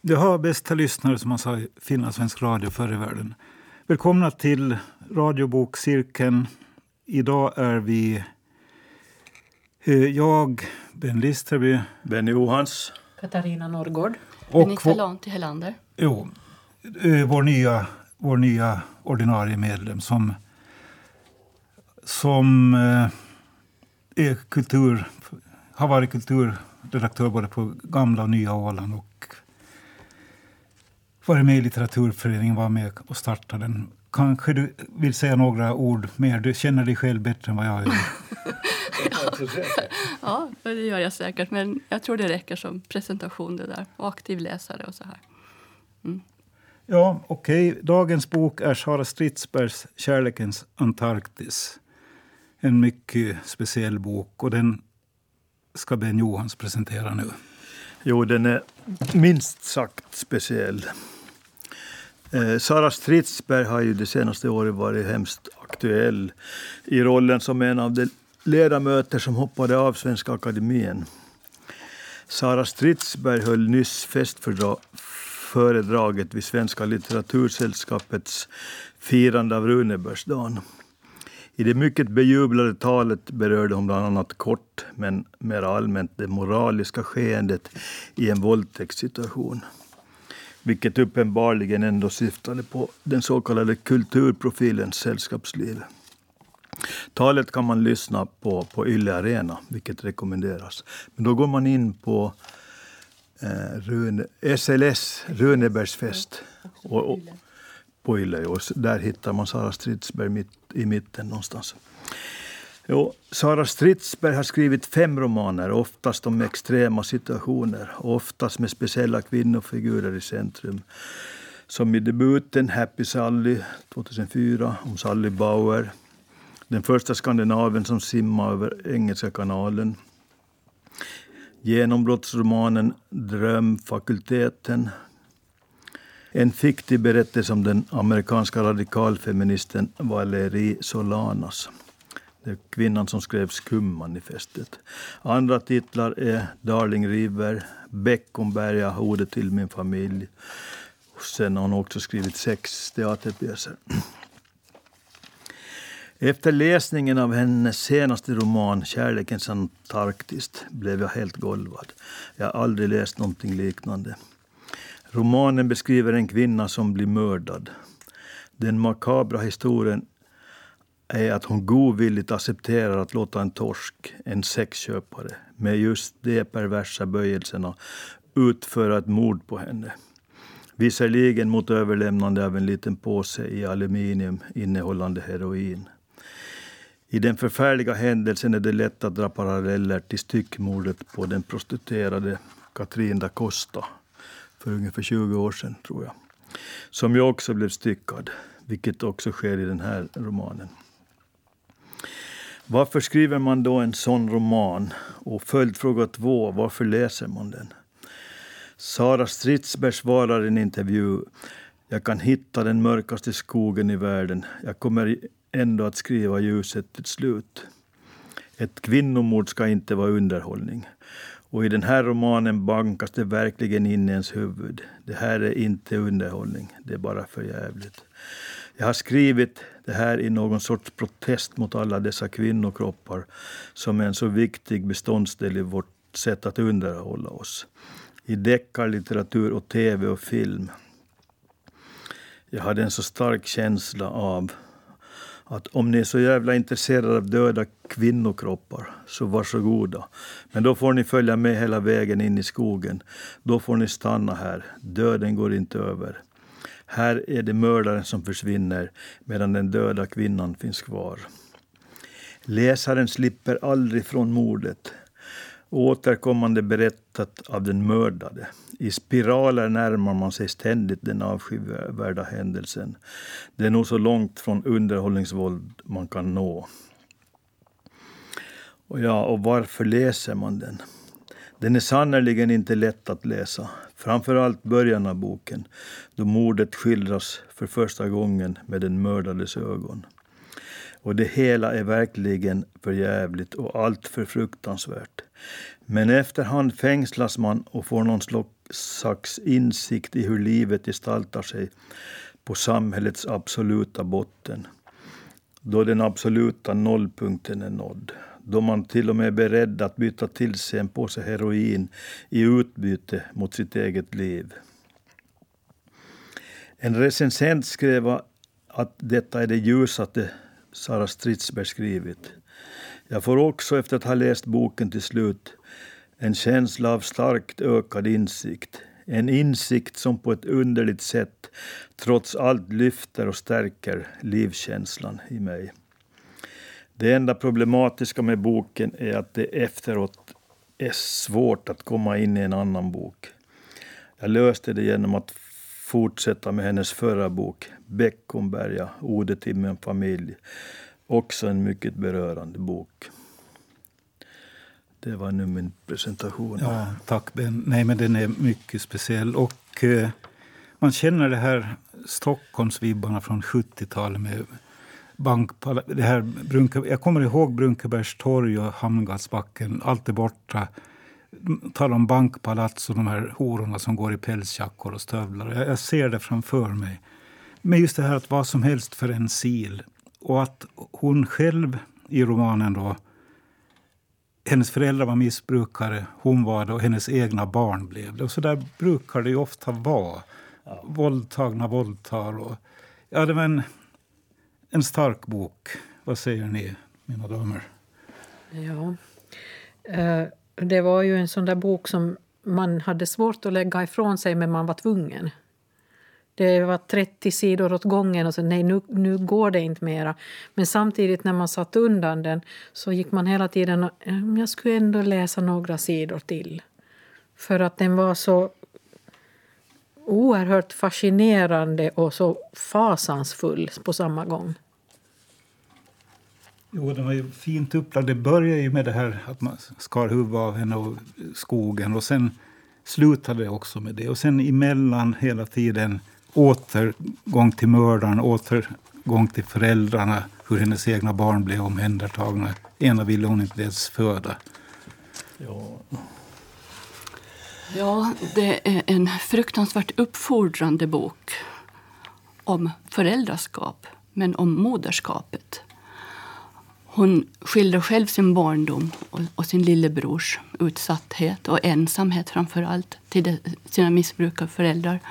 Det har bästa lyssnare som man sa i finlandssvensk radio förr i världen. Välkomna till radiobokcirkeln. Idag är vi jag, Ben Listerby, Benny Johans, Katarina Norrgård och Benita Lonti Helander. Jo, vår nya ordinarie medlem som är har varit kulturredaktör både på gamla och nya Åland och varit med i litteraturföreningen, var med och startade den. Kanske du vill säga några ord mer? Du känner dig själv bättre än vad jag gör. Ja, det gör jag säkert. Men jag tror det räcker som presentation det där. Och aktiv läsare och så här. Mm. Ja, okej. Dagens bok är Sara Stridsbergs Kärlekens Antarktis. En mycket speciell bok och den ska Ben Johans presentera nu. Jo, den är minst sagt speciell. Sara Stridsberg har ju det senaste året varit hemskt aktuell i rollen som en av de ledamöter som hoppade av Svenska Akademien. Sara Stridsberg höll nyss festföredraget vid Svenska litteratursällskapets firande av Runebergsdagen. I det mycket bejublade talet berörde hon bland annat kort men mer allmänt det moraliska skeendet i en våldtäktssituation. Vilket uppenbarligen ändå syftade på den så kallade kulturprofilens sällskapsliv. Talet kan man lyssna på Yle Arena, vilket rekommenderas. Men då går man in på SLS, Runebergsfest. Och på Yle, och där hittar man Sara Stridsberg i mitten någonstans. Jo, Sara Stridsberg har skrivit 5 romaner, oftast om extrema situationer, oftast med speciella kvinnofigurer i centrum. Som i debuten Happy Sally 2004 om Sally Bauer, den första skandinaven som simmar över Engelska kanalen, genombrottsromanen Drömfakulteten, en fiktiv berättelse om den amerikanska radikalfeministen Valerie Solanas. Det är kvinnan som skrev Skummanifestet. Andra titlar är Darling River, Beckomberga, Ordet till min familj. Och sen har hon också skrivit 6 teaterpjäser. Efter läsningen av hennes senaste roman Kärlekens Antarktis blev jag helt golvad. Jag har aldrig läst någonting liknande. Romanen beskriver en kvinna som blir mördad. Den makabra historien är att hon godvilligt accepterar att låta en torsk, en sexköpare, med just de perversa böjelserna utföra ett mord på henne. Visserligen mot överlämnande av en liten påse i aluminium innehållande heroin. I den förfärliga händelsen är det lätt att dra paralleller till styckmordet på den prostituerade Katrin da Costa för ungefär 20 år sedan, tror jag. Som ju också blev styckad, vilket också sker i den här romanen. Varför skriver man då en sån roman? Och följdfråga 2, varför läser man den? Sara Stridsberg svarar i en intervju: jag kan hitta den mörkaste skogen i världen. Jag kommer ändå att skriva ljuset till slut. Ett kvinnomord ska inte vara underhållning. Och i den här romanen bankas det verkligen in i ens huvud. Det här är inte underhållning, det är bara för jävligt. Jag har skrivit det här i någon sorts protest mot alla dessa kvinnokroppar som är en så viktig beståndsdel i vårt sätt att underhålla oss. I deckarlitteratur och tv och film. Jag hade en så stark känsla av att om ni är så jävla intresserade av döda kvinnokroppar, så varsågoda. Men då får ni följa med hela vägen in i skogen. Då får ni stanna här. Döden går inte över. Här är det mördaren som försvinner medan den döda kvinnan finns kvar. Läsaren slipper aldrig från mordet. Återkommande berättat av den mördade. I spiraler närmar man sig ständigt den avskyvärda händelsen. Det är nog så långt från underhållningsvåld man kan nå. Och varför läser man den? Den är sannoliken inte lätt att läsa. Framförallt början av boken, då mordet skildras för första gången med den mördades ögon. Och det hela är verkligen förjävligt och allt för fruktansvärt. Men efterhand fängslas man och får någon slags insikt i hur livet gestaltar sig på samhällets absoluta botten. Då den absoluta nollpunkten är nådd. Då man till och med är beredd att byta till sig en påse heroin i utbyte mot sitt eget liv. En recensent skrev att detta är det ljusaste Sara Stridsberg skrivit. Jag får också efter att ha läst boken till slut en känsla av starkt ökad insikt. En insikt som på ett underligt sätt trots allt lyfter och stärker livskänslan i mig. Det enda problematiska med boken är att det efteråt är svårt att komma in i en annan bok. Jag löste det genom att fortsätta med hennes förra bok, Beckomberga, Ordet till min familj. Också en mycket berörande bok. Det var nu min presentation. Ja, tack Ben. Nej, men den är mycket speciell. Och man känner det här Stockholmsvibbarna från 70-talet med det här jag kommer ihåg Brunkebergs torg och Hamngatsbacken. Allt är borta. Talar om bankpalats och de här hororna som går i pälsjackor och stövlar. Jag ser det framför mig. Men just det här att vad som helst för en sil. Och att hon själv i romanen då, hennes föräldrar var missbrukare, hon var det och hennes egna barn blev det. Och så där brukar det ju ofta vara. Ja. Våldtar och ja, det var en stark bok. Vad säger ni, mina damer? Ja, det var ju en sån där bok som man hade svårt att lägga ifrån sig, men man var tvungen. Det var 30 sidor åt gången och så nej, nu går det inte mera. Men samtidigt när man satt undan den så gick man hela tiden och jag skulle ändå läsa några sidor till. För att den var så oerhört fascinerande och så fasansfull på samma gång. Jo, den var ju fint upplagd. Det började ju med det här att man skar huvudet av henne och skogen. Och sen slutade det också med det. Och sen emellan hela tiden återgång till mördaren, återgång till föräldrarna. Hur hennes egna barn blev omhändertagna. Ena ville hon inte ens föda. Ja, det är en fruktansvärt uppfordrande bok om föräldraskap, men om moderskapet. Hon skildrar själv sin barndom och sin lillebrors utsatthet och ensamhet framför allt till sina missbrukarföräldrar.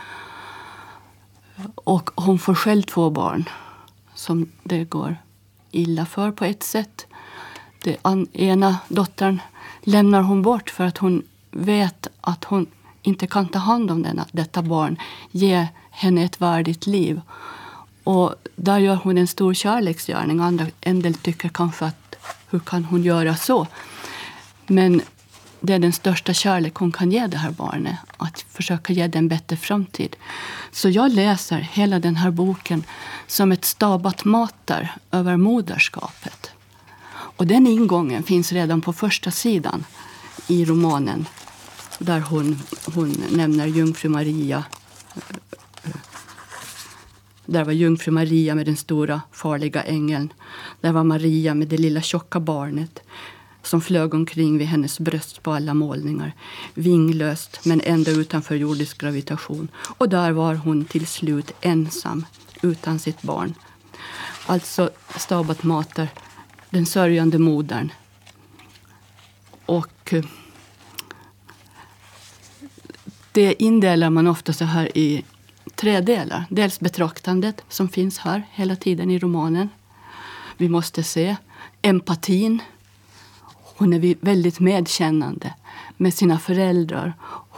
Och hon får själv 2 barn som det går illa för på ett sätt. Den ena dottern lämnar hon bort för att hon vet att hon inte kan ta hand om detta barn. Ge henne ett värdigt liv. Och där gör hon en stor kärleksgärning. En del tycker kanske att hur kan hon göra så? Men det är den största kärlek hon kan ge det här barnet. Att försöka ge det en bättre framtid. Så jag läser hela den här boken som ett stabat mater över moderskapet. Och den ingången finns redan på första sidan i romanen. Där hon nämner Jungfru Maria. Där var Jungfru Maria med den stora farliga ängeln. Där var Maria med det lilla tjocka barnet som flög omkring vid hennes bröst på alla målningar. Vinglöst men ändå utanför jordisk gravitation. Och där var hon till slut ensam utan sitt barn. Alltså Stabat Mater, den sörjande modern. Och det indelar man ofta så här i 3 delar. Dels betraktandet som finns här hela tiden i romanen. Vi måste se empatin. Hon är väldigt medkännande med sina föräldrar.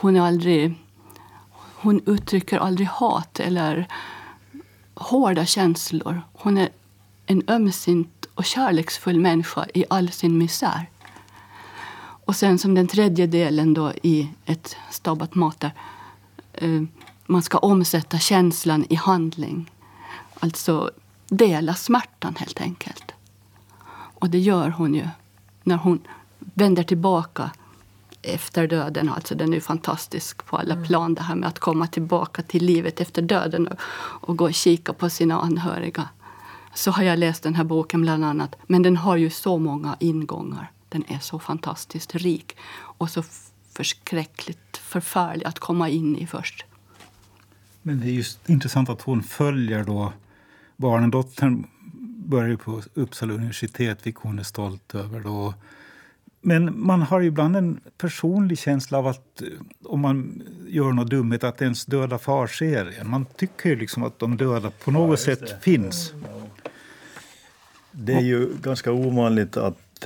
Hon uttrycker aldrig hat eller hårda känslor. Hon är en ömsint och kärleksfull människa i all sin misär. Och sen som den 3:e delen då i ett Stabat Mater. Man ska omsätta känslan i handling. Alltså dela smärtan helt enkelt. Och det gör hon ju när hon vänder tillbaka efter döden. Alltså den är ju fantastisk på alla plan. Det här med att komma tillbaka till livet efter döden och gå och kika på sina anhöriga. så har jag läst den här boken bland annat. Men den har ju så många ingångar. Den är så fantastiskt rik och så förskräckligt förfärlig att komma in i först. Men det är just intressant att hon följer då barnen. Dottern börjar på Uppsala universitet, vilket hon är stolt över då. Men man har ju ibland en personlig känsla av att om man gör något dummet att ens döda far ser en. Man tycker ju liksom att de döda på något sätt finns. Det är ju ganska ovanligt att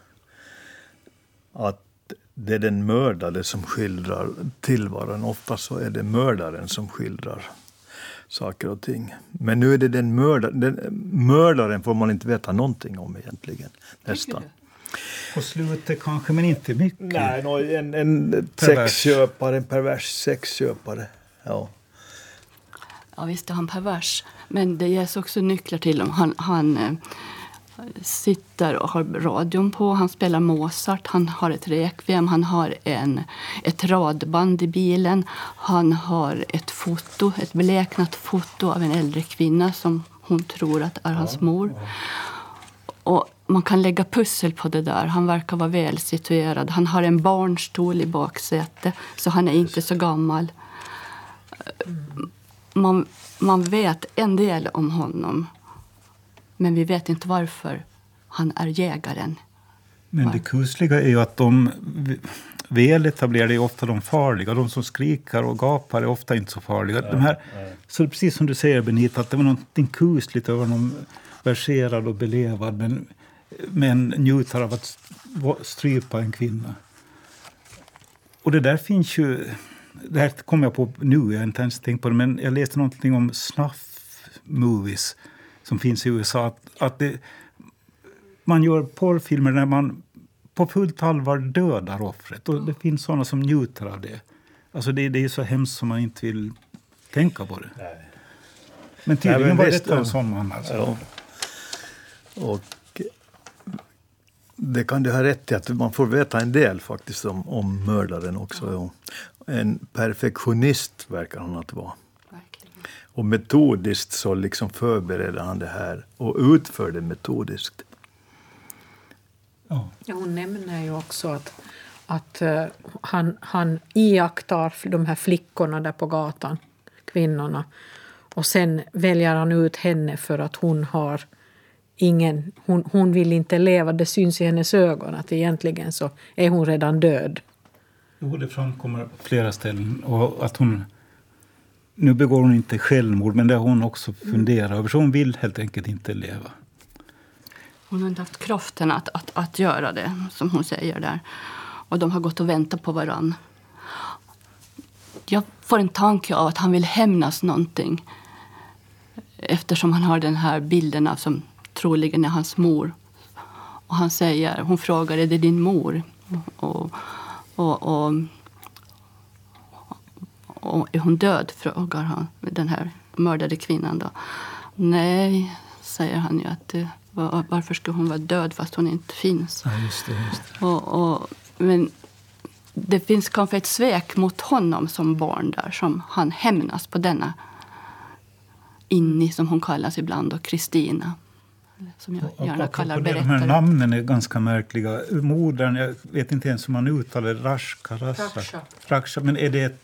det är den mördade som skildrar tillvaron. Ofta så är det mördaren som skildrar saker och ting. Men nu är det den mördaren får man inte veta någonting om egentligen. Nästan. På slutet kanske, men inte mycket. Nej, en sexköpare, en pervers sexköpare. Ja. Ja, visst är han pervers. Men det ges också nycklar till honom. Han sitter och har radion på. Han spelar Mozart. Han har ett requiem. Han har ett radband i bilen. Han har ett foto, ett beläknat foto av en äldre kvinna som hon tror att är hans mor. Och man kan lägga pussel på det där. Han verkar vara väl situerad. Han har en barnstol i baksätet, så han är inte så gammal. Man vet en del om honom, men vi vet inte varför han är jägaren. Men det kusliga är ju att de väletablerade är ofta de farliga. De som skriker och gapar är ofta inte så farliga. De här, så precis som du säger, Benita, att det var någonting kusligt över någon verserad och belevad, men njuter av att strypa en kvinna. Och det där finns ju, det här kommer jag på nu, jag har inte ens tänkt på det, men jag läste någonting om snuff-movies som finns i USA, att man gör porrfilmer när man på fullt allvar dödar offret, och det finns sådana som njuter av det. Alltså det är så hemskt som man inte vill tänka på det. Nej. Men tydligen var det en sån man alltså. Ja. Och det kan du ha rätt i, att man får veta en del faktiskt om mördaren också. En perfektionist verkar han att vara. Verkligen. Och metodiskt så liksom förbereder han det här och utför det metodiskt. Ja, hon nämner ju också att han iakttar de här flickorna där på gatan, kvinnorna. Och sen väljer han ut henne för att hon vill inte leva. Det syns i hennes ögon att egentligen så är hon redan död. Jo, det framkommer på flera ställen. Och att nu begår hon inte självmord, men det har hon också funderat över. Så hon vill helt enkelt inte leva. Hon har inte haft kraften att göra det, som hon säger där. Och de har gått och väntat på varann. Jag får en tanke av att han vill hämnas någonting. Eftersom han har den här bilden av som troligen är hans mor. Och hon frågar, är det din mor? Och är hon död, frågar han, den här mördade kvinnan då. Nej, säger han ju, att varför skulle hon vara död fast hon inte finns? Ja, just det. Men det finns kanske ett svek mot honom som barn där, som han hämnas på denna Inni, som hon kallas ibland, och Kristina, som jag gärna kallar berättare. De här namnen är ganska märkliga. Modern, jag vet inte ens hur man uttalar Raksha. Men är det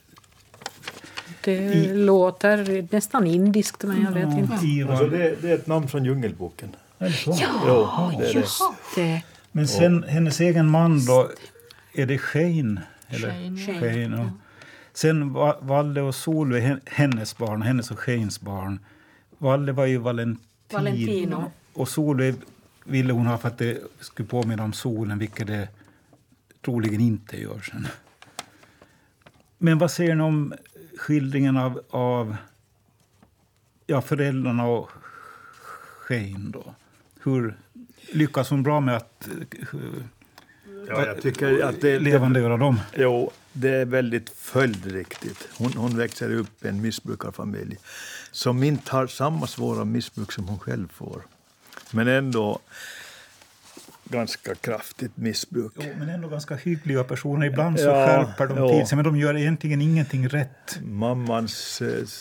det låter nästan indiskt, men jag vet inte. Alltså det är ett namn från Djungelboken. Är det så? Ja, det är just det. Men sen hennes egen man då, är det Shane? Shane, ja. Sen Valle och Solveig, hennes barn, hennes och Shanes barn. Valle var ju Valentino. Och Solveig ville hon ha för att det skulle påminna om solen, vilket det troligen inte gör sen. Men vad säger ni om skildringen av föräldrarna och Shane då? Hur lyckas hon bra med att jag tycker att levandegöra dem? Jo, det är väldigt följdriktigt. Hon växer upp i en missbrukarfamilj som inte har samma svåra missbruk som hon själv får. Men ändå ganska kraftigt missbruk. Jo, men ändå ganska hyggliga personer. Ibland så skärper de till sig, men de gör egentligen ingenting rätt. Mammans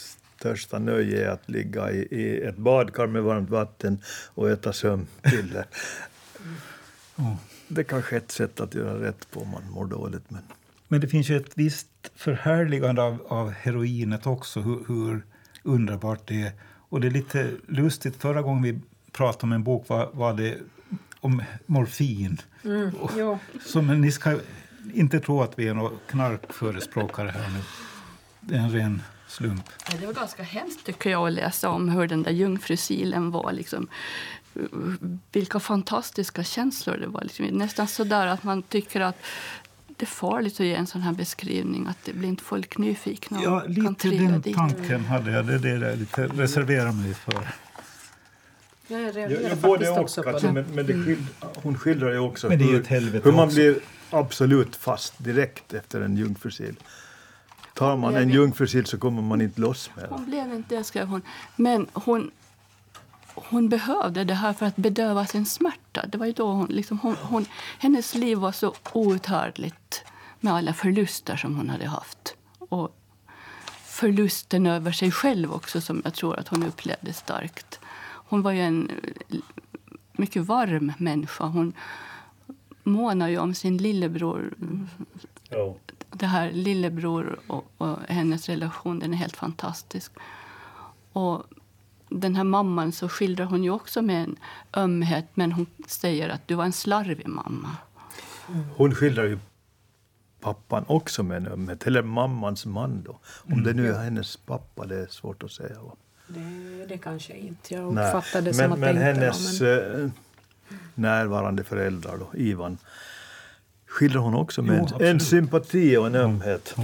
största nöje är att ligga i ett badkar med varmt vatten och äta sömnpiller. Det är kanske ett sätt att göra rätt på om man mår dåligt. Men det finns ju ett visst förhärligande av heroinet också, hur underbart det är. Och det är lite lustigt, förra gången vi pratade om en bok var det om morfin. Men ni ska inte tro att vi är några knarkförespråkare här nu. Det är en ren slump. Det var ganska hemskt tycker jag att läsa om hur den där jungfrusilen var. Liksom. Vilka fantastiska känslor det var. Liksom. Nästan så där att man tycker att det är farligt att ge en sån här beskrivning. Att det blir inte folk nyfikna och ja, lite kan trilla den dit. tanken hade jag. Det är det jag lite reserverar mig för. Jag reagerar både faktiskt och också på kanske, det. men hon skildrar ju också Men det är ju ett helvete hur man också. blir absolut fast direkt efter en jungfrusil. Tar man en jungfrusil så kommer man inte loss med Hon blev inte det, skrev hon. Men hon behövde det här för att bedöva sin smärta. Det var ju då hennes liv var så outhärdligt med alla förluster som hon hade haft. Och förlusten över sig själv också som jag tror att hon upplevde starkt. Hon var ju en mycket varm människa. Hon månar ju om sin lillebror. Ja. Det här lillebror och hennes relation, den är helt fantastisk. Och den här mamman så skildrar hon ju också med en ömhet, men hon säger att du var en slarvig mamma. Hon skildrar ju pappan också med en ömhet, eller mammans man då. Om det nu är hennes pappa, det är svårt att säga. Det kanske inte. Jag uppfattade det som att men det inte hennes närvarande föräldrar då, Ivan, skildrar hon också med en sympati och en ömhet.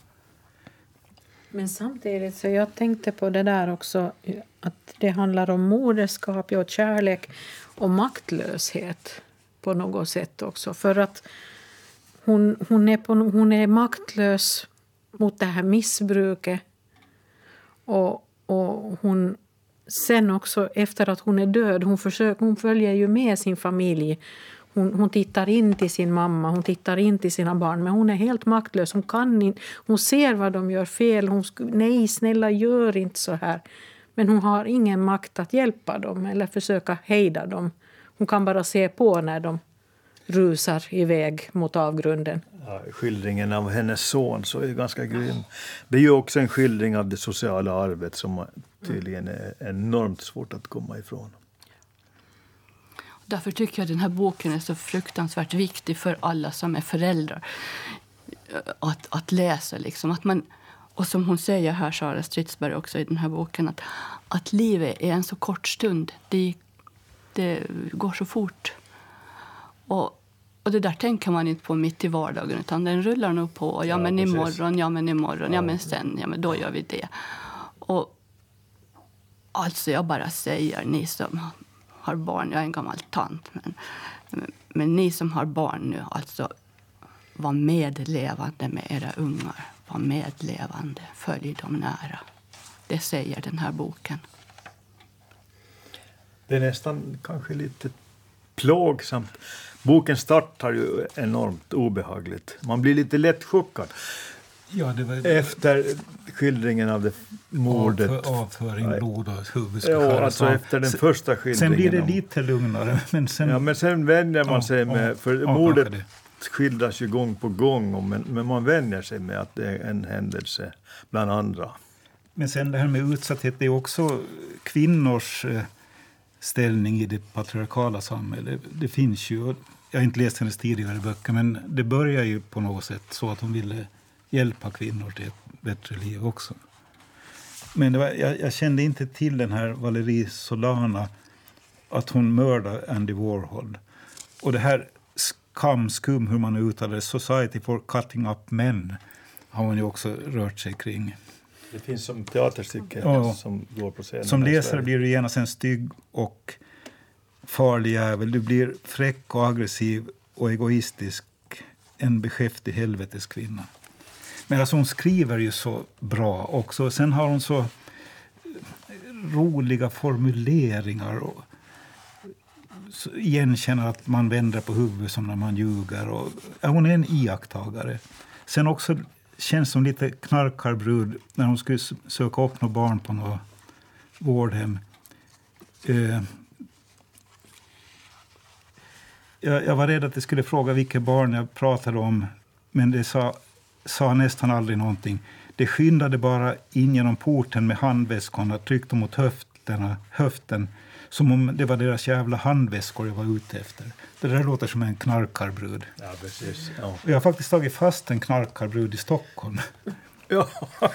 Men samtidigt så jag tänkte på det där också att det handlar om moderskap och kärlek och maktlöshet på något sätt också. För att hon är maktlös mot det här missbruket och hon sen också efter att hon är död, hon följer ju med sin familj. Hon tittar in till sin mamma, hon tittar in till sina barn, men hon är helt maktlös. Hon ser vad de gör fel. Nej, snälla, gör inte så här. Men hon har ingen makt att hjälpa dem eller försöka hejda dem. Hon kan bara se på när de rusar iväg mot avgrunden. Ja, skildringen av hennes son så är ganska grym. Det är ju också en skildring av det sociala arvet som tydligen är enormt svårt att komma ifrån. Därför tycker jag att den här boken är så fruktansvärt viktig för alla som är föräldrar att läsa. Liksom. Att man, och som hon säger här, Sara Stridsberg också i den här boken, att livet är en så kort stund. Det går så fort. Och det där tänker man inte på mitt i vardagen, utan den rullar nog på. Ja, men imorgon, ja, men sen, ja, men då gör vi det. Och alltså jag bara säger, ni som har barn, jag är en gammal tant, men ni som har barn nu, alltså var medlevande med era ungar. Var medlevande, följ dem nära. Det säger den här boken. Det är nästan kanske lite plågsamt. Boken startar ju enormt obehagligt. Man blir lite lätt chockad. Ja, det var efter skildringen av det mordet. Avföring, blod och huvud. Ja, alltså efter den första skildringen. Sen blir det lite lugnare. Men sen vänjer man sig med, för mordet skildras ju gång på gång, men man vänjer sig med att det är en händelse bland andra. Men sen det här med utsatthet, det är också kvinnors ställning i det patriarkala samhället. Det finns ju, jag har inte läst hennes tidigare böcker, men det börjar ju på något sätt så att hon ville hjälpa kvinnor till ett bättre liv också. Men jag kände inte till den här Valerie Solana, att hon mördade Andy Warhol. Och det här skum, hur man uttalar det, Society for Cutting Up Men, har hon ju också rört sig kring. Det finns som teaterstycke som går på scenen. Som läsare blir du gärna en stygg och farlig jävel. Du blir fräck och aggressiv och egoistisk. En beskäftig helveteskvinna. Men alltså hon skriver ju så bra också. Sen har hon så roliga formuleringar. Och så igenkänner att man vänder på huvudet som när man ljuger. Och, hon är en iakttagare. Sen också känns som lite knarkarbrud när hon skulle söka upp några barn på något vårdhem. Jag var rädd att det skulle fråga vilka barn jag pratade om, men det sa nästan aldrig någonting. Det skyndade bara in genom porten med handväskorna, tryckte mot höften, som om det var deras jävla handväskor jag var ute efter. Det där låter som en knarkarbrud. Ja, precis. Ja. Och jag har faktiskt tagit fast en knarkarbrud i Stockholm. Ja,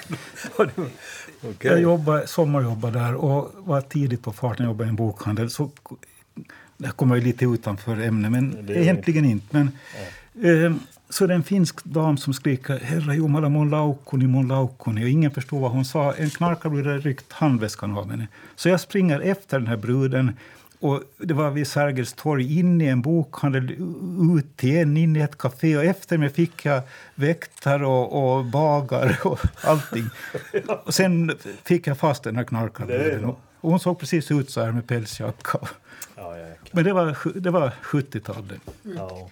Okay. Jag sommarjobbade där och var tidigt på farten. Jag jobbade i en bokhandel. Så det kommer ju lite utanför ämne, men egentligen inte. Men, så det är en finsk dam som skriker Herra Jumala mon laukuni. Och ingen förstår vad hon sa. En knarkarbrud hade ryckt handväskan av henne. Så jag springer efter den här bruden. Och det var vid Sergels torg, in i en bokhandel, ut igen, in i ett café. Och efter mig fick jag väktare och bagare och allting. Och sen fick jag fast den här knarkarbruden. Och hon såg precis ut så här med pälsjacka. Ja, men det var 70-talet. Ja.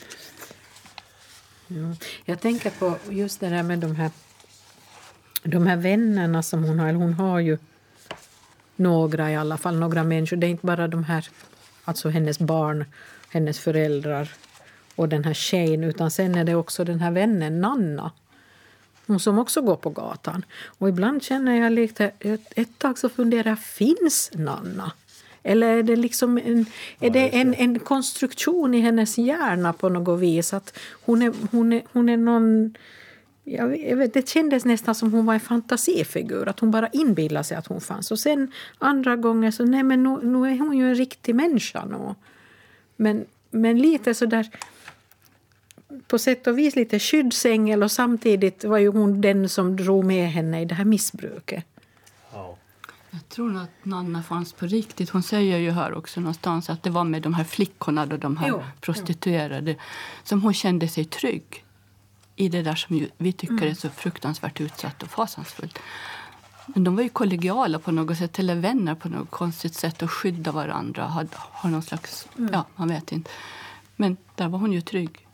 Ja. Jag tänker på just det där med de här vännerna som hon har. Hon har ju några i alla fall, några människor. Det är inte bara de här, alltså hennes barn, hennes föräldrar och den här tjejen, utan sen är det också den här vännen Nanna. Hon som också går på gatan. Och ibland känner jag lite, ett tag så funderar jag, finns Nanna? Eller är det liksom en konstruktion i hennes hjärna på något vis? Att hon är någon... Jag vet, det kändes nästan som hon var en fantasifigur. Att hon bara inbillade sig att hon fanns. Och sen andra gånger så, nej men nu är hon ju en riktig människa nu. Men lite så där... På sätt och vis lite skyddsängel. Och samtidigt var ju hon den som drog med henne i det här missbruket. Jag tror att Nanna fanns på riktigt. Hon säger ju här också någonstans att det var med de här flickorna och de här prostituerade som hon kände sig trygg i det där som vi tycker är så fruktansvärt utsatt och fasansfullt. Men de var ju kollegiala på något sätt, eller vänner på något konstigt sätt och skydda varandra. Har någon slags, man vet inte. Men där var hon ju trygg.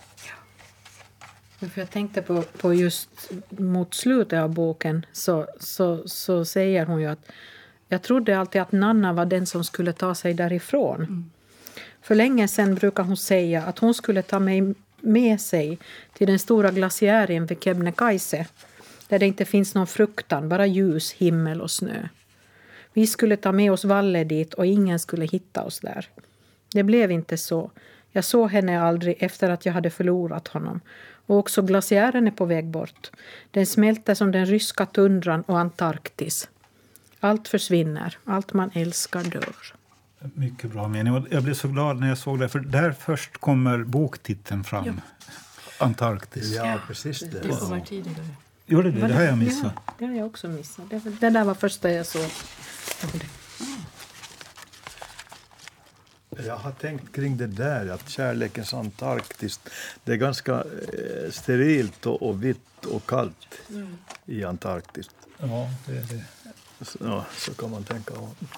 Ja. För jag tänkte på just mot slutet av boken så säger hon ju att jag trodde alltid att Nanna var den som skulle ta sig därifrån. För länge sedan brukar hon säga att hon skulle ta mig med sig till den stora glaciären vid Kebnekaise, där det inte finns någon fruktan, bara ljus, himmel och snö. Vi skulle ta med oss Valle dit och ingen skulle hitta oss där. Det blev inte så. Jag såg henne aldrig efter att jag hade förlorat honom. Och också glaciären är på väg bort. Den smälter som den ryska tundran och Antarktis. Allt försvinner. Allt man älskar dör. Mycket bra mening. Och jag blev så glad när jag såg det. För där först kommer boktiteln fram. Ja. Antarktis. Ja, precis det. Det var tidigare. Gjorde det? Det har jag missat. Ja, det har jag också missat. Det där var första jag såg. Jag har tänkt kring det där, att kärlekens Antarktis, det är ganska sterilt och vitt och kallt i Antarktis. Ja, det är det. Så kan man tänka.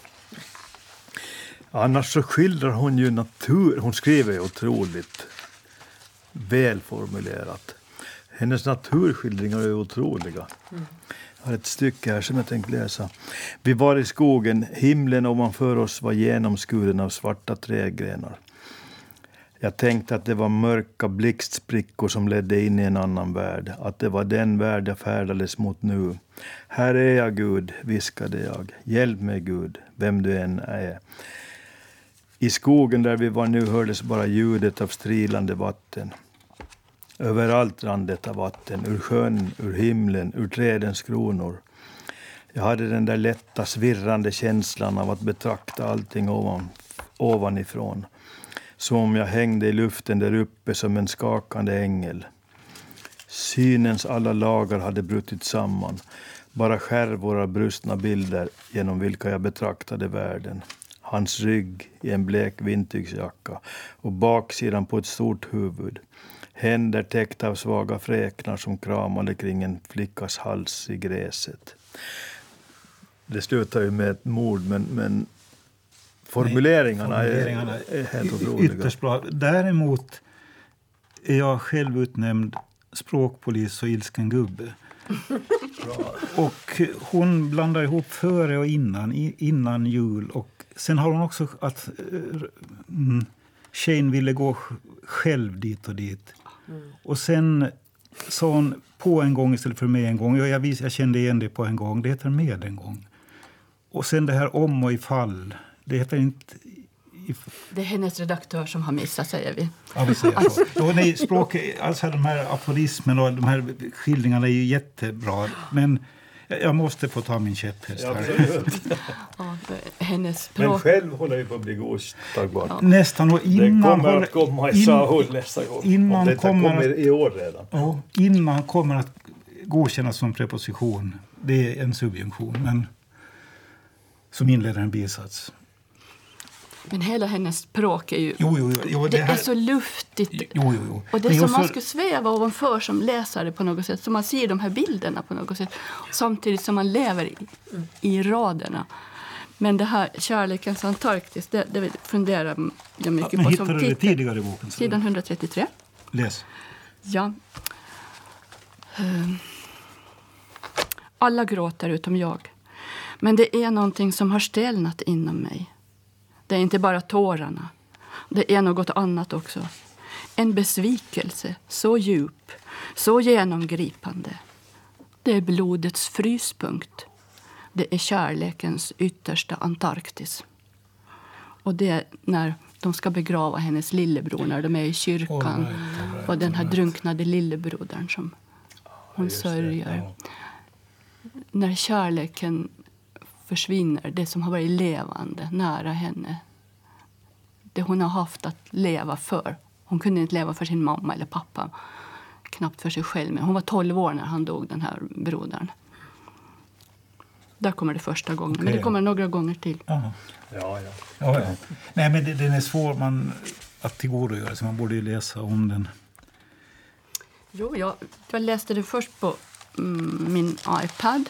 Annars så skildrar hon ju natur. Hon skriver ju otroligt välformulerat. Hennes naturskildringar är otroliga. Jag har ett stycke här som jag tänkte läsa. Vi var i skogen. Himlen ovanför oss var genomskuren av svarta trädgrenar. Jag tänkte att det var mörka blixtsprickor som ledde in i en annan värld. Att det var den värld jag färdades mot nu. Här är jag, Gud, viskade jag. Hjälp mig, Gud, vem du än är. I skogen där vi var nu hördes bara ljudet av strilande vatten. Överallt rann detta vatten, ur sjön, ur himlen, ur trädens kronor. Jag hade den där lätta, svirrande känslan av att betrakta allting ovanifrån. Som om jag hängde i luften där uppe som en skakande ängel. Synens alla lagar hade brutit samman. Bara skärvor av brustna bilder genom vilka jag betraktade världen. Hans rygg i en blek vintygsjacka och baksidan på ett stort huvud. Händer täckta av svaga fräknar som kramade kring en flickas hals i gräset. Det slutar ju med ett mord, men formuleringarna är helt otroliga. Ytterst bra. Däremot är jag själv utnämnd språkpolis och ilsken gubbe. Och hon blandar ihop före och innan jul. Och sen har hon också att Shane ville gå själv dit och dit. Och sen sa hon på en gång istället för med en gång. Jag kände igen det på en gång. Det heter med en gång. Och sen det här om och ifall. Det heter inte... Det är hennes redaktör som har missat, säger vi. Ja, vi säger så. Nej, alltså de här aforismen och de här skildringarna är ju jättebra. Men jag måste få ta min käpphäst här. Ja, hennes Men språk... själv håller ju på att bli godtagbart. Ja. Nästan. Och innan det kommer att komma i Sahul nästa gång. Innan om detta kommer i år redan. Ja, innan kommer att godkännas som preposition. Det är en subjunktion, men som inleder en bisats. Men hela hennes språk är ju... Jo, det är så luftigt. Jo. Och det är som man skulle sväva ovanför som läsare på något sätt. Så man ser de här bilderna på något sätt. Samtidigt som man lever i raderna. Men det här Kärlekens Antarktis, det funderar jag mycket på. Men hittade du det tidigare i boken? Sidan 133. Läs. Ja. Alla gråter utom jag. Men det är någonting som har stelnat inom mig. Det är inte bara tårarna. Det är något annat också. En besvikelse så djup, så genomgripande. Det är blodets fryspunkt. Det är kärlekens yttersta Antarktis. Och det är när de ska begrava hennes lillebror när de är i kyrkan. Och den här drunknade lillebrodern som hon sörjer. Ja. När kärleken försvinner, det som har varit levande nära henne. Det hon har haft att leva för. Hon kunde inte leva för sin mamma eller pappa. Knappt för sig själv. Men hon var 12 år när han dog, den här brodern. Där kommer det första gången. Okay, men det kommer några gånger till. Aha. Ja. Nej, men den är svår att tillgodogöra sig. Man borde ju läsa om den. Jo, jag läste det först på min iPad.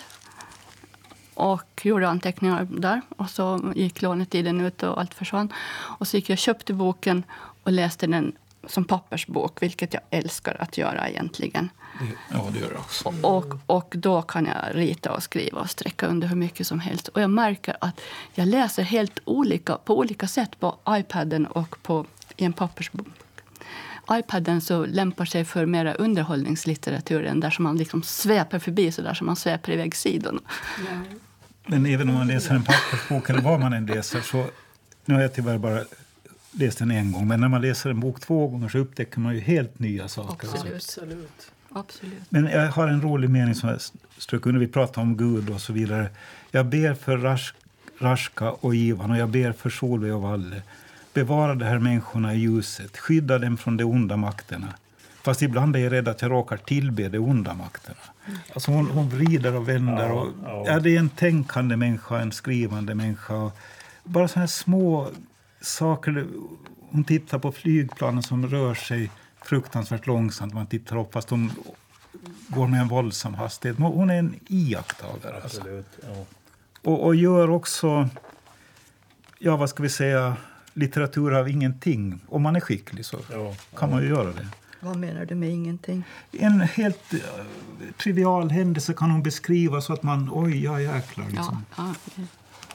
Och gjorde anteckningar där. Och så gick lånetiden ut och allt försvann. Och så gick jag och köpte boken och läste den som pappersbok. Vilket jag älskar att göra egentligen. Ja, det gör jag också. Och då kan jag rita och skriva och sträcka under hur mycket som helst. Och jag märker att jag läser helt på olika sätt på iPaden och i en pappersbok. iPaden så lämpar sig för mera underhållningslitteraturen där som man liksom sväpar förbi så där som man sväpar iväg sidorna. Ja. Men även om man läser en pappersbok eller vad man än läser så, nu har jag tyvärr bara läst den en gång, men när man läser en bok 2 gånger så upptäcker man ju helt nya saker. Absolut. Men jag har en rolig mening som jag strök under. Vi pratar om Gud och så vidare. Jag ber för Raska och Ivan och jag ber för Solveig och Valle. Bevara de här människorna i ljuset. Skydda dem från de onda makterna. Fast ibland är jag rädd att jag råkar tillbe de onda makterna. Alltså hon vrider och vänder. Ja, det är en tänkande människa, en skrivande människa. Bara sådana här små saker. Hon tittar på flygplanen som rör sig fruktansvärt långsamt. Man tittar upp fast de går med en våldsam hastighet. Hon är en iakttagare. Absolut, ja. Och gör också, ja vad ska vi säga, litteratur av ingenting. Om man är skicklig så kan man ju göra det. Vad menar du med ingenting? En helt trivial händelse kan hon beskriva så att man, jäklar liksom. Ja, okay.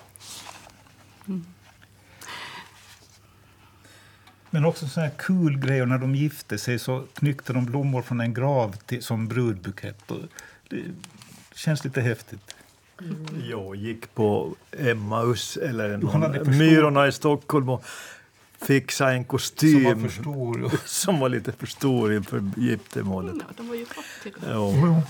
Men också sådana här kul grejer. När de gifte sig så knyckte de blommor från en grav som brudbukett. Det känns lite häftigt. Jag gick på Emmaus eller Myrorna i Stockholm och fixa en kostym som var lite för stor inför giftermålet. De var ju fattiga. Ja.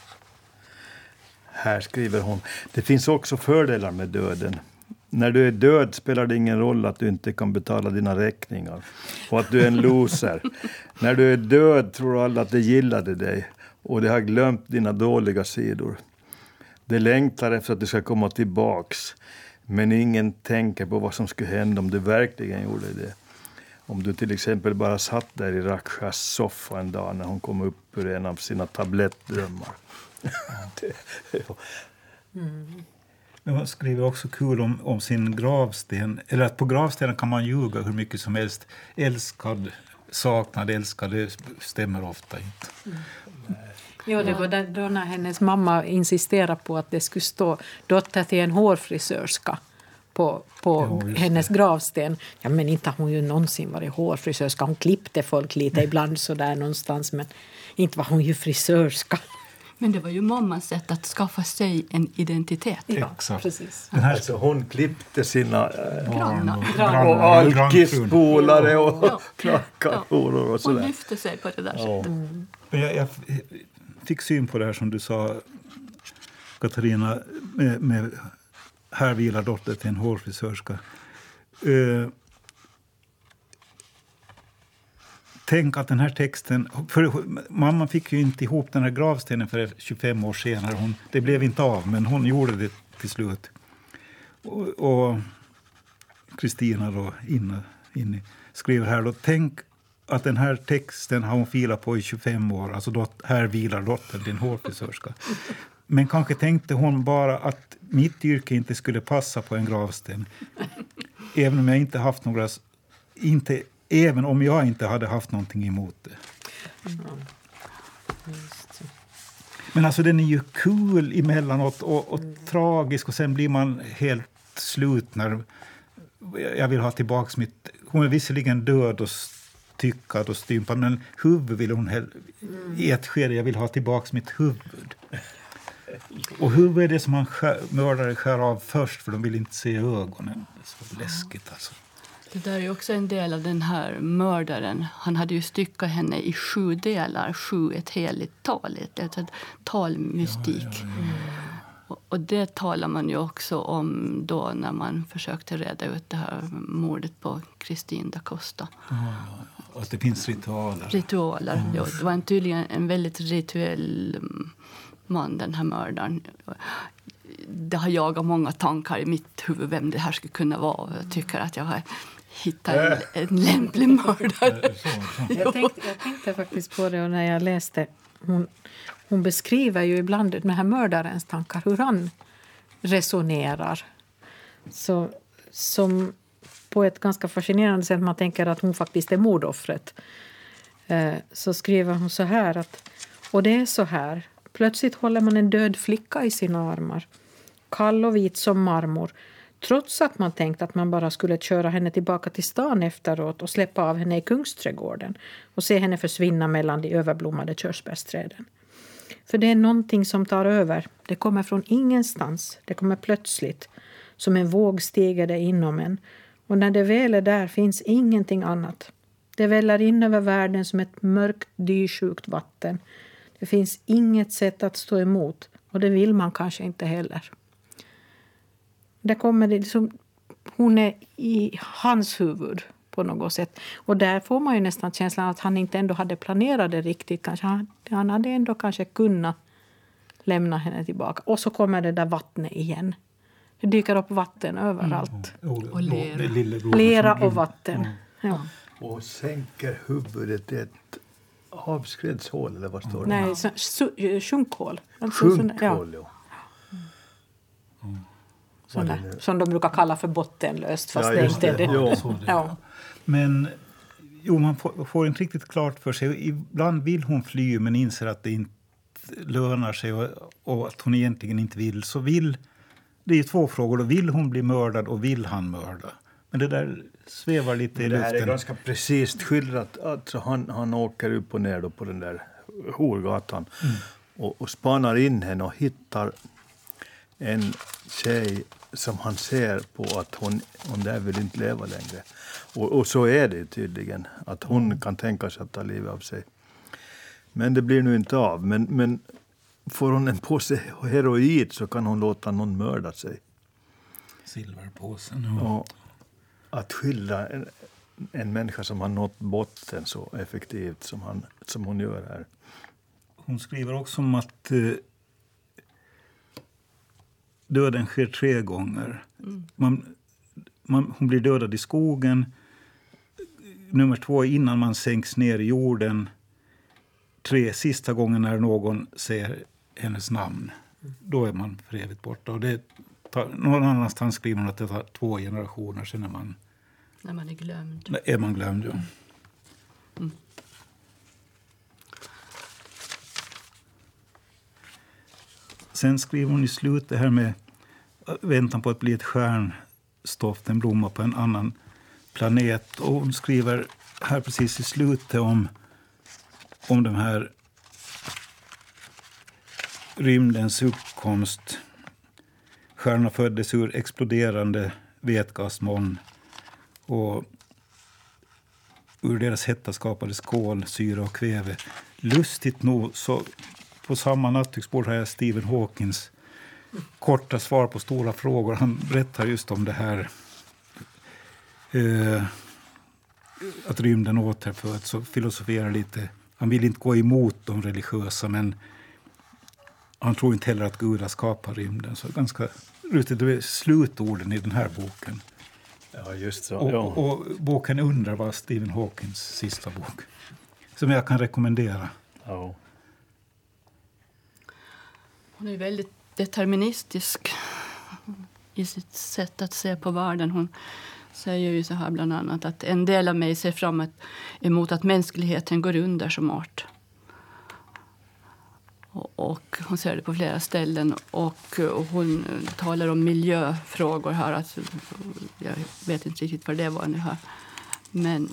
Här skriver hon: det finns också fördelar med döden. När du är död spelar det ingen roll att du inte kan betala dina räkningar och att du är en loser. När du är död tror alla att de gillade dig och de har glömt dina dåliga sidor. De längtar efter att du ska komma tillbaks, men ingen tänker på vad som skulle hända om du verkligen gjorde det. Om du till exempel bara satt där i Rakshas soffa en dag när hon kom upp ur en av sina tablettdrömmar. Men man skriver också kul om sin gravsten. Eller att på gravstenen kan man ljuga hur mycket som helst. Älskad, saknad, älskad, det stämmer ofta inte. Jo, det var då när hennes mamma insisterade på att det skulle stå dotter till en hårfrisörska på hennes gravsten. Ja, men inte har hon ju någonsin varit hårfrisörska. Hon klippte folk lite ibland så där någonstans, men inte var hon ju frisörska. Men det var ju mammans sätt att skaffa sig en identitet. Ja, Exakt. precis. Alltså hon klippte sina Grannar. alkispolare och knackarhoror och Hon sådär. lyfte sig på det där sättet. Men jag fick syn på det här som du sa, Katarina, med här vilar dotter till en hårfrisörska. Tänk att den här texten, för mamma fick ju inte ihop den här gravstenen för 25 år senare. Det blev inte av, men hon gjorde det till slut. Och Kristina då inne skriver här då, tänk att den här texten har hon filat på i 25 år. Alltså här vilar dottern, din hårfrisörska. Men kanske tänkte hon bara att mitt yrke inte skulle passa på en gravsten. Även om jag inte haft några... Även om jag inte hade haft någonting emot det. Men alltså den är ju kul emellanåt och tragisk. Och sen blir man helt slut när jag vill ha tillbaka mitt... Hon är visserligen död och styckad och stympad. Men huvud vill hon i ett skede. Jag vill ha tillbaka mitt huvud. Och huvud är det som mördare skär av först. För de vill inte se ögonen. Det är så läskigt alltså. Det där är också en del av den här mördaren. Han hade ju styckat henne i 7 delar. 7 ett heligt tal. Ett talmystik. Och det talar man ju också om då när man försökte reda ut det här mordet på Christine da Costa. Att det finns ritualer. Ja, det var tydligen en väldigt rituell man, den här mördaren. Det har jagat många tankar i mitt huvud vem det här skulle kunna vara. Jag tycker att jag har hittat en lämplig mördare. Jag tänkte faktiskt på det och när jag läste. Hon beskriver ju ibland den här mördarens tankar, hur han resonerar. Så, som på ett ganska fascinerande sätt man tänker att hon faktiskt är mordoffret. Så skriver hon så här att, och det är så här. Plötsligt håller man en död flicka i sina armar. Kall och vit som marmor. Trots att man tänkt att man bara skulle köra henne tillbaka till stan efteråt och släppa av henne i Kungsträdgården och se henne försvinna mellan de överblommade körsbärsträden. För det är någonting som tar över. Det kommer från ingenstans. Det kommer plötsligt. Som en våg stiger det inom en. Och när det väl är där finns ingenting annat. Det väller in över världen som ett mörkt, dyrsjukt vatten. Det finns inget sätt att stå emot. Och det vill man kanske inte heller. Där kommer det liksom, hon är i hans huvud på något sätt. Och där får man ju nästan känslan att han inte ändå hade planerat det riktigt. Kanske han hade ändå kanske kunnat lämna henne tillbaka. Och så kommer det där vattnet igen. Det dyker upp vatten överallt. Och lera och vatten. Ja. Och sänker huvudet i ett avskredshål, eller vad står det? Nej, sjunkhål. Sjunkhål, ja. Som de brukar kalla för bottenlöst, fast det inte är det. Ja. Men man får inte riktigt klart för sig. Ibland vill hon fly men inser att det inte lönar sig och att hon egentligen inte vill. Så det är ju 2 frågor. Då vill hon bli mördad och vill han mörda? Men det där svävar lite i luften. Det här är ganska precis skildrat. Alltså han åker upp och ner då på den där horgatan och spanar in henne och hittar en tjej som han ser på att hon där vill inte leva längre. Och så är det tydligen. Att hon kan tänka sig att ta livet av sig. Men det blir nu inte av. Men får hon en påse heroin så kan hon låta någon mörda sig. Silverpåsen. Och att skildra en människa som har nått botten så effektivt som hon gör här. Hon skriver också om att döden sker 3 gånger. Hon blir dödad i skogen. Nummer 2 innan man sänks ner i jorden. 3 sista gången när någon säger hennes namn. Då är man för evigt borta. Och någon annanstans skriver man att det tar 2 generationer sen när man är glömd. Är man glömd, ja. Sen skriver hon i slutet det här med väntan på att bli ett stjärnstoft, en blomma på en annan planet. Och hon skriver här precis i slutet om den här rymdens uppkomst. Stjärnorna föddes ur exploderande vätgasmoln och ur deras hetta skapades kol, syra och kväve. Lustigt nog så på samma nattduksbord har jag Stephen Hawkins korta svar på stora frågor. Han berättar just om det här att rymden återföds och filosoferar lite. Han vill inte gå emot de religiösa, men han tror inte heller att Gud har skapat rymden. Så ganska lustigt, det är slutorden i den här boken. Ja, just så. Och boken Undrar var Stephen Hawkins sista bok, som jag kan rekommendera. Ja. Hon är väldigt deterministisk i sitt sätt att se på världen. Hon säger ju så här bland annat att en del av mig ser fram emot att mänskligheten går under som art. Och hon ser det på flera ställen. Och hon talar om miljöfrågor här. Alltså, jag vet inte riktigt vad det var nu här. Men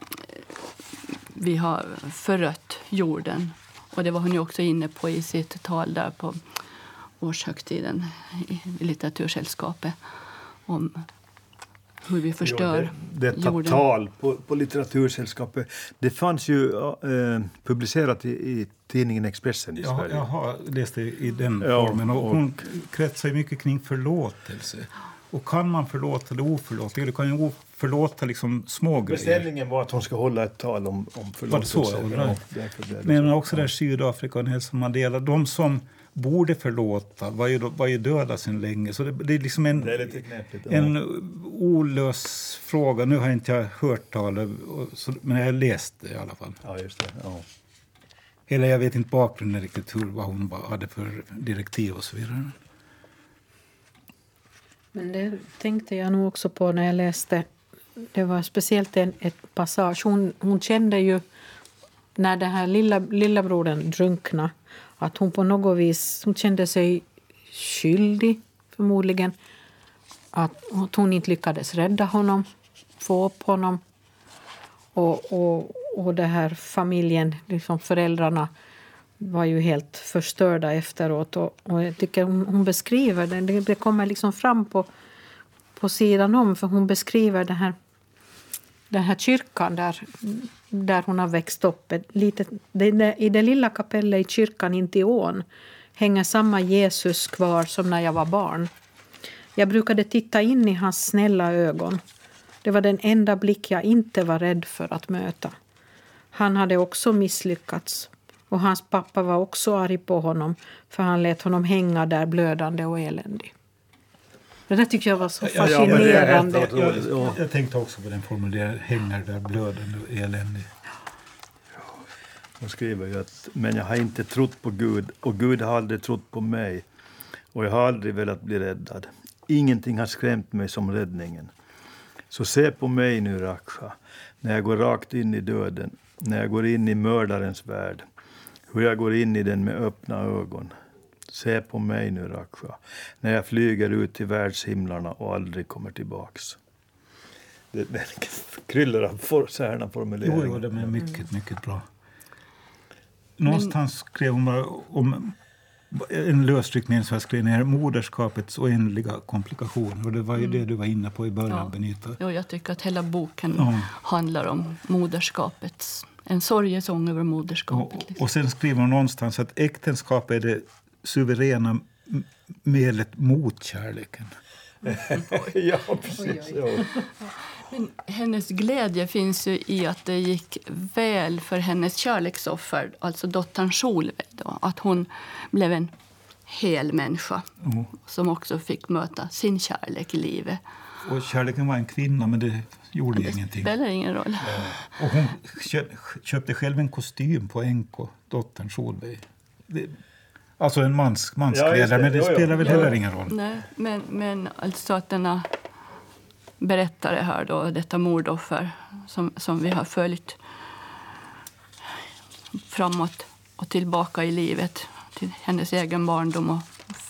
vi har förött jorden. Och det var hon ju också inne på i sitt tal där på årshögtiden i litteratursällskapet. Om hur vi förstör detta jorden. Tal på litteratursällskapet, det fanns ju publicerat i tidningen Expressen i Sverige. Jag har läst det i den formen. Och hon kretsar mycket kring förlåtelse. Och kan man förlåta det oförlåtliga? Du kan ju förlåta liksom små grejer. Beställningen var att hon ska hålla ett tal om förlåtelse. Var det så? Men också där Sydafrika och Nelson Mandela. De som borde förlåta var ju döda sedan länge. Så det är liksom en olös fråga. Nu har inte jag hört talet, men jag har läst det i alla fall. Ja, just det. Ja. Eller jag vet inte bakgrunden riktigt vad hon hade för direktiv och så vidare. Men det tänkte jag nog också på när jag läste. Det var speciellt ett passage. Hon kände ju när den här lilla brodern drunknade att hon på något vis hon kände sig skyldig förmodligen. Att hon inte lyckades rädda honom, få upp honom. Och det här familjen, liksom föräldrarna var ju helt förstörda efteråt. Och jag tycker hon beskriver det. Det kommer liksom fram på sidan om. För hon beskriver den här kyrkan där hon har växt upp. I det lilla kapellet i kyrkan intill ån hänger samma Jesus kvar som när jag var barn. Jag brukade titta in i hans snälla ögon. Det var den enda blick jag inte var rädd för att möta. Han hade också misslyckats. Och hans pappa var också arg på honom. För han lät honom hänga där blödande och eländig. Det där tycker jag var så fascinerande. Jag tänkte också på den formuleringen. Hänger där blödande och eländig. Hon skriver ju att men jag har inte trott på Gud. Och Gud har aldrig trott på mig. Och jag har aldrig velat bli räddad. Ingenting har skrämt mig som räddningen. Så se på mig nu, Raksha, när jag går rakt in i döden, när jag går in i mördarens värld, hur jag går in i den med öppna ögon. Se på mig nu, Raksha, när jag flyger ut till världshimlarna och aldrig kommer tillbaks. Det kryllar av särna formuleringar. Jo, de är mycket, mycket bra. Någonstans skrev hon om en lösryckt mening som jag skrev ner, moderskapets oändliga komplikationer. Och det var ju det du var inne på i början, Benita. Jo, jag tycker att hela boken handlar om moderskapets, en sorgesång över moderskapet. Liksom. Och sen skriver hon någonstans att äktenskap är det suveräna medlet mot kärleken. Ja, precis. Men hennes glädje finns ju i att det gick väl för hennes kärleksoffer, alltså dottern Solveig då, att hon blev en hel människa som också fick möta sin kärlek i livet. Och kärleken var en kvinna, men det gjorde ingenting. Det spelar ingen roll. Och hon köpte själv en kostym på NK, dottern Solveig. Alltså en manskläder, men det spelar väl heller ingen roll. Nej, men alltså att denna berättare här då, detta mordoffer som vi har följt framåt och tillbaka i livet till hennes egen barndom och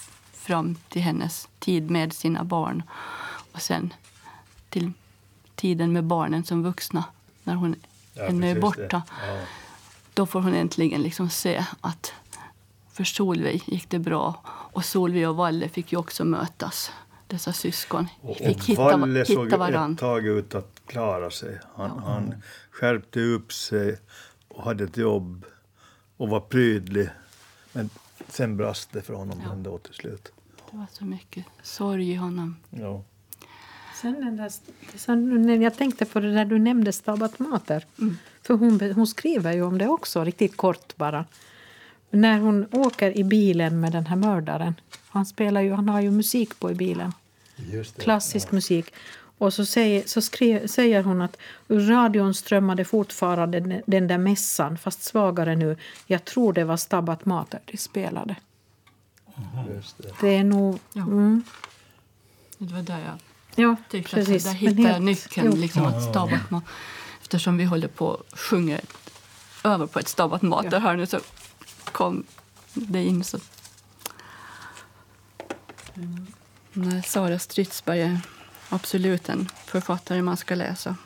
fram till hennes tid med sina barn. Och sen till tiden med barnen som vuxna. När hon är borta. Ja. Då får hon äntligen liksom se att för Solveig gick det bra. Och Solveig och Valle fick ju också mötas. Dessa syskon. Och Valle såg ett tag ut att klara sig. Han skärpte upp sig och hade ett jobb. Och var prydlig. Men sen brast det för honom ändå till slut. Det var så mycket sorg i honom. Ja. Sen när jag tänkte på det där du nämnde Stabat Mater. För hon skriver ju om det också, riktigt kort bara. När hon åker i bilen med den här mördaren. Han har ju musik på i bilen. Just det. Klassisk musik. Och så säger hon att ur radion strömmade fortfarande den där mässan, fast svagare nu. Jag tror det var Stabat Mater de spelade. Just det. Det är nog... Ja. Det var där Ja, tyckte precis. Där hittade jag nyckeln liksom, att Stabat Mater. Eftersom vi håller på att sjunga över på ett Stabat Mater här nu så kom det in så... Sara Stridsberg är absolut en författare man ska läsa.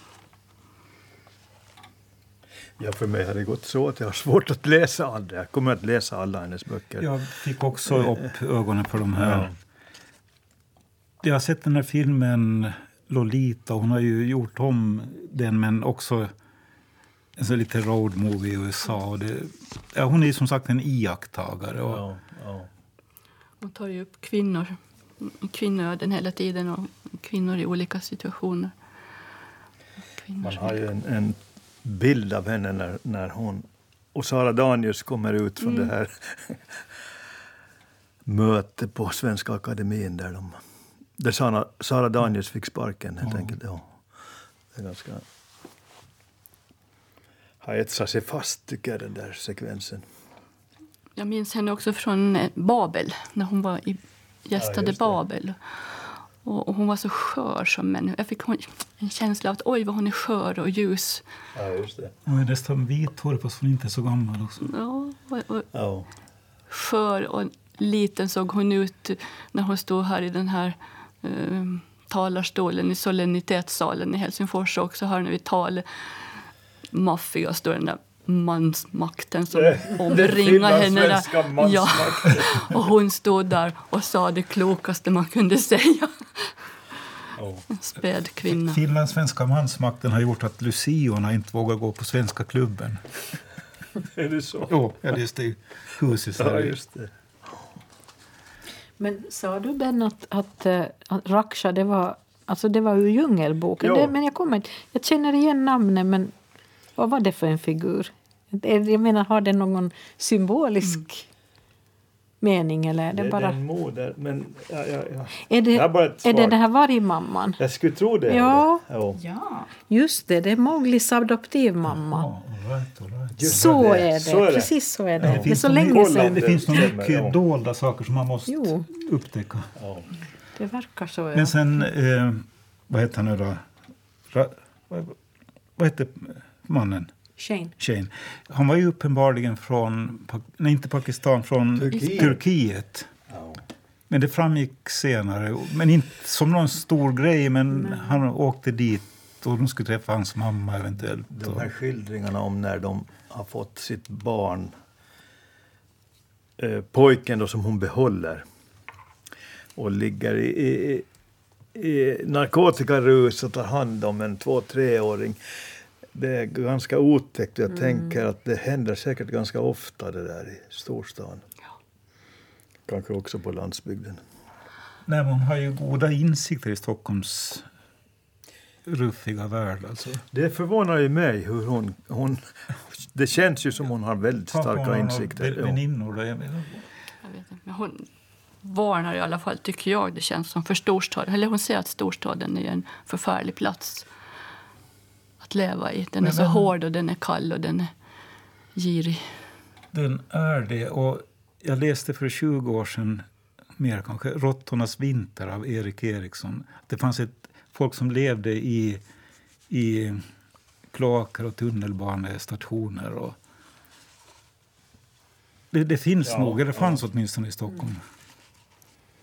Ja, för mig har det gått så att jag har svårt att läsa alla. Jag kommer att läsa alla hennes böcker. Jag fick också upp ögonen för de här. Ja. Jag har sett den här filmen Lolita. Hon har ju gjort om den, men också en så lite road movie i USA. Och hon är ju som sagt en iakttagare. Och... Ja. Hon tar ju upp kvinnoöden hela tiden och kvinnor i olika situationer. Man har ju en bild av henne när hon och Sara Danius kommer ut från det här mötet på Svenska Akademin där Sara Danius fick sparken helt enkelt. Ja. Det är ganska... har etsat sig fast, tycker jag, den där sekvensen. Jag minns henne också från Babel, när hon gästade Babel. Och hon var så skör som människa. Jag fick en känsla av att oj vad hon är skör och ljus. Ja, just det. Hon är nästan vithårig fast hon inte är så gammal också. Ja, skör och liten såg hon ut när hon stod här i den här talarstolen i Solennitetssalen i Helsingfors också. Här när vi talar maffiga står den där mansmakten som omringar henne där. Ja. Och hon stod där och sa det klokaste man kunde säga. En späd kvinna. Finlandssvenska mansmakten har gjort att luciorna inte vågar gå på svenska klubben. Är det så? Jo, jag läste i huset. Ja, just det. Men sa du, Ben, att Raksha, det var ur Djungelboken? Men jag känner igen namnet, men vad var det för en figur? Jag menar, har det någon symbolisk mening eller är det bara... är en moder, men Är det den här vargmamman? Jag skulle tro det. Ja. Ja. Just det är Mowglis adoptivmamma. All right. Så är det. Precis så är det. Det är så länge sedan. Det finns nog mycket dolda saker som man måste upptäcka. Ja. Det verkar så, ja. Men sen, vad heter han nu då? Vad heter mannen? Shane. Han var ju uppenbarligen från, inte Pakistan, från Turkiet. Ja. Men det framgick senare. Men inte som någon stor grej, men han åkte dit och de skulle träffa hans mamma eventuellt. De här skildringarna om när de har fått sitt barn, pojken då som hon behåller, och ligger i narkotikarus och tar hand om en 2-3-åring. Det är ganska otäckt. Jag tänker att det händer säkert ganska ofta det där i storstan. Ja. Kanske också på landsbygden. Nej, hon har ju goda insikter i Stockholms ruffiga värld. Alltså. Det förvånar ju mig hur hon det känns ju som hon har väldigt starka insikter. Väninnor då, jag vet inte, men hon varnar i alla fall, tycker jag, det känns som för storstaden. Eller hon säger att storstaden är en förfärlig plats att leva i. Den är så hård och den är kall och den är girig. Den är det, och jag läste för 20 år sedan, mer kanske, Råttornas vinter av Erik Eriksson. Det fanns folk som levde i kloaker och tunnelbanestationer. Och det finns nog, eller det fanns åtminstone i Stockholm.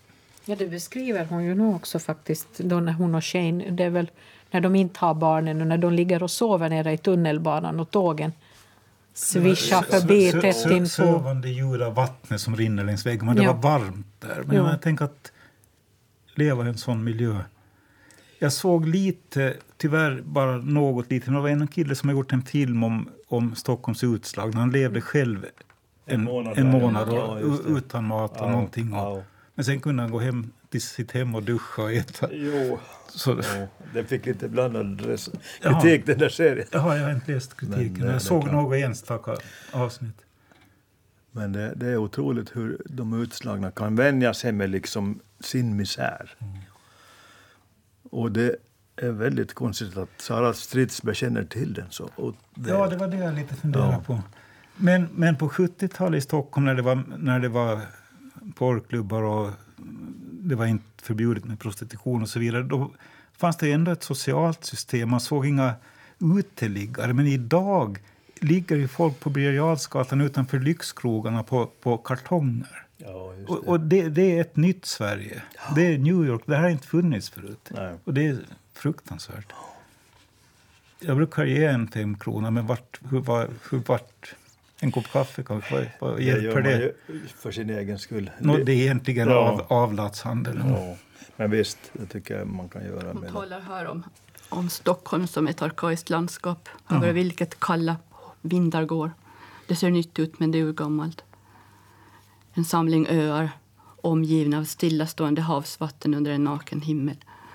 Ja, det beskriver hon ju nu också faktiskt, då när hon och Shane, det är väl när de inte har barnen och när de ligger och sover nere i tunnelbanan och tågen svischar förbi tätt in på. Sövande ljud av vattnet som rinner längs väggen, men det var varmt där. Men jag tänker att leva i en sån miljö. Jag såg lite, tyvärr bara något lite. Det var en kille som har gjort en film om Stockholms utslag. Han levde själv en månad utan mat och någonting. Men sen kunde han gå hem till sitt hem och duscha och äta. Jo, den fick lite blandad kritik den där serien. Ja, jag har inte läst kritiken. Jag såg något enstaka avsnitt. Men det är otroligt hur de utslagna kan vänja sig med liksom sin misär. Och det är väldigt konstigt att Sara Stridsberg känner till den så. Ja, det var det jag lite funderade på. Men på 70-talet i Stockholm när det var porrklubbar och det var inte förbjudet med prostitution och så vidare, då fanns det ändå ett socialt system. Man såg inga uteliggare, men idag ligger ju folk på Birger Jarlsgatan utanför lyxkrogarna på kartonger. Ja, just det. Och det är ett nytt Sverige. Ja. Det är New York. Det här har inte funnits förut. Nej. Och det är fruktansvärt. Jag brukar ge en 5 kronor, men hur vart en kopp kaffe kanske? Vad hjälper det? Ju för sin egen skull. Det är egentligen avlatshandel. Ja. Men visst, det tycker jag man kan göra. Man talar här om Stockholm som ett arkaiskt landskap. Över vilket kalla vindar går. Det ser nytt ut, men det är ju gammalt. En samling öar omgivna av stillastående havsvatten under en naken himmel.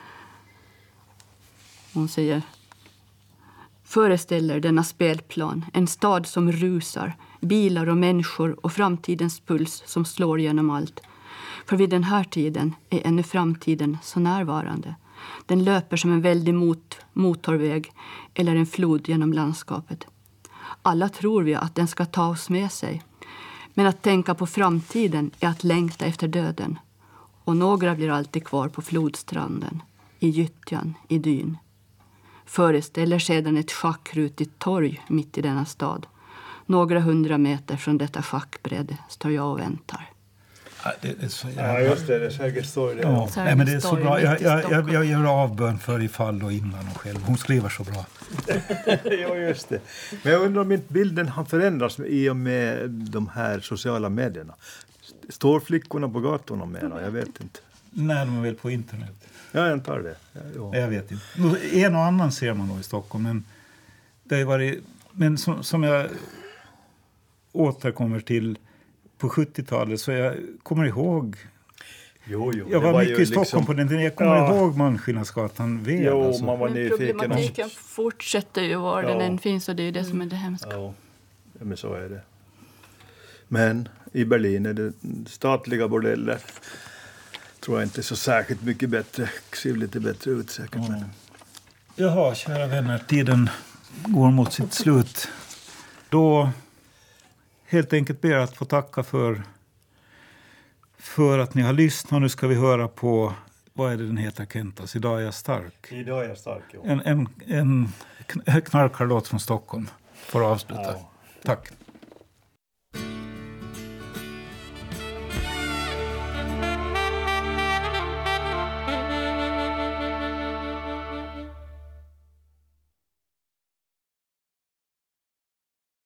Hon säger: föreställer denna spelplan en stad som rusar, bilar och människor och framtidens puls som slår genom allt. För vid den här tiden är ännu framtiden så närvarande. Den löper som en väldig motorväg eller en flod genom landskapet. Alla tror vi att den ska ta oss med sig. Men att tänka på framtiden är att längta efter döden. Och några blir alltid kvar på flodstranden, i gyttjan, i dyn. Föreställer sedan ett schackrutigt torg mitt i denna stad. Några 100 meter från detta schackbräde står jag och väntar. Ja, det är så ja, just det. Det är säkert så. Ja, nej, men det är så bra. Jag gör avbön för ifall och innan och själv. Hon skriver så bra. Ja, just det. Men jag undrar om inte bilden har förändrats i och med de här sociala medierna. Står flickorna på gatorna mer? Jag vet inte. Nej, de är väl på internet. Ja, jag antar det. Ja. Jag vet inte. En och annan ser man då i Stockholm. Men, det har varit, men som jag återkommer till på 70-talet, så jag kommer ihåg... Jo, jag var mycket i Stockholm på den tiden. Jag kommer ihåg Malmskillnadsgatan väl. Jo, alltså. man var nyfiken. Problematiken fortsätter ju var den än finns, och det är ju det som är det hemska. Ja, men så är det. Men i Berlin är det statliga bordeller. Tror jag inte så särskilt mycket bättre. Ser lite bättre ut säkert. Ja. Men... Jaha, kära vänner. Tiden går mot sitt slut. Då helt enkelt ber jag att få tacka för att ni har lyssnat. Nu ska vi höra på, vad är det den heter, Kentas? Idag är jag stark. Idag är jag stark, ja. En knarkarlåt från Stockholm för att avsluta. Ja. Tack.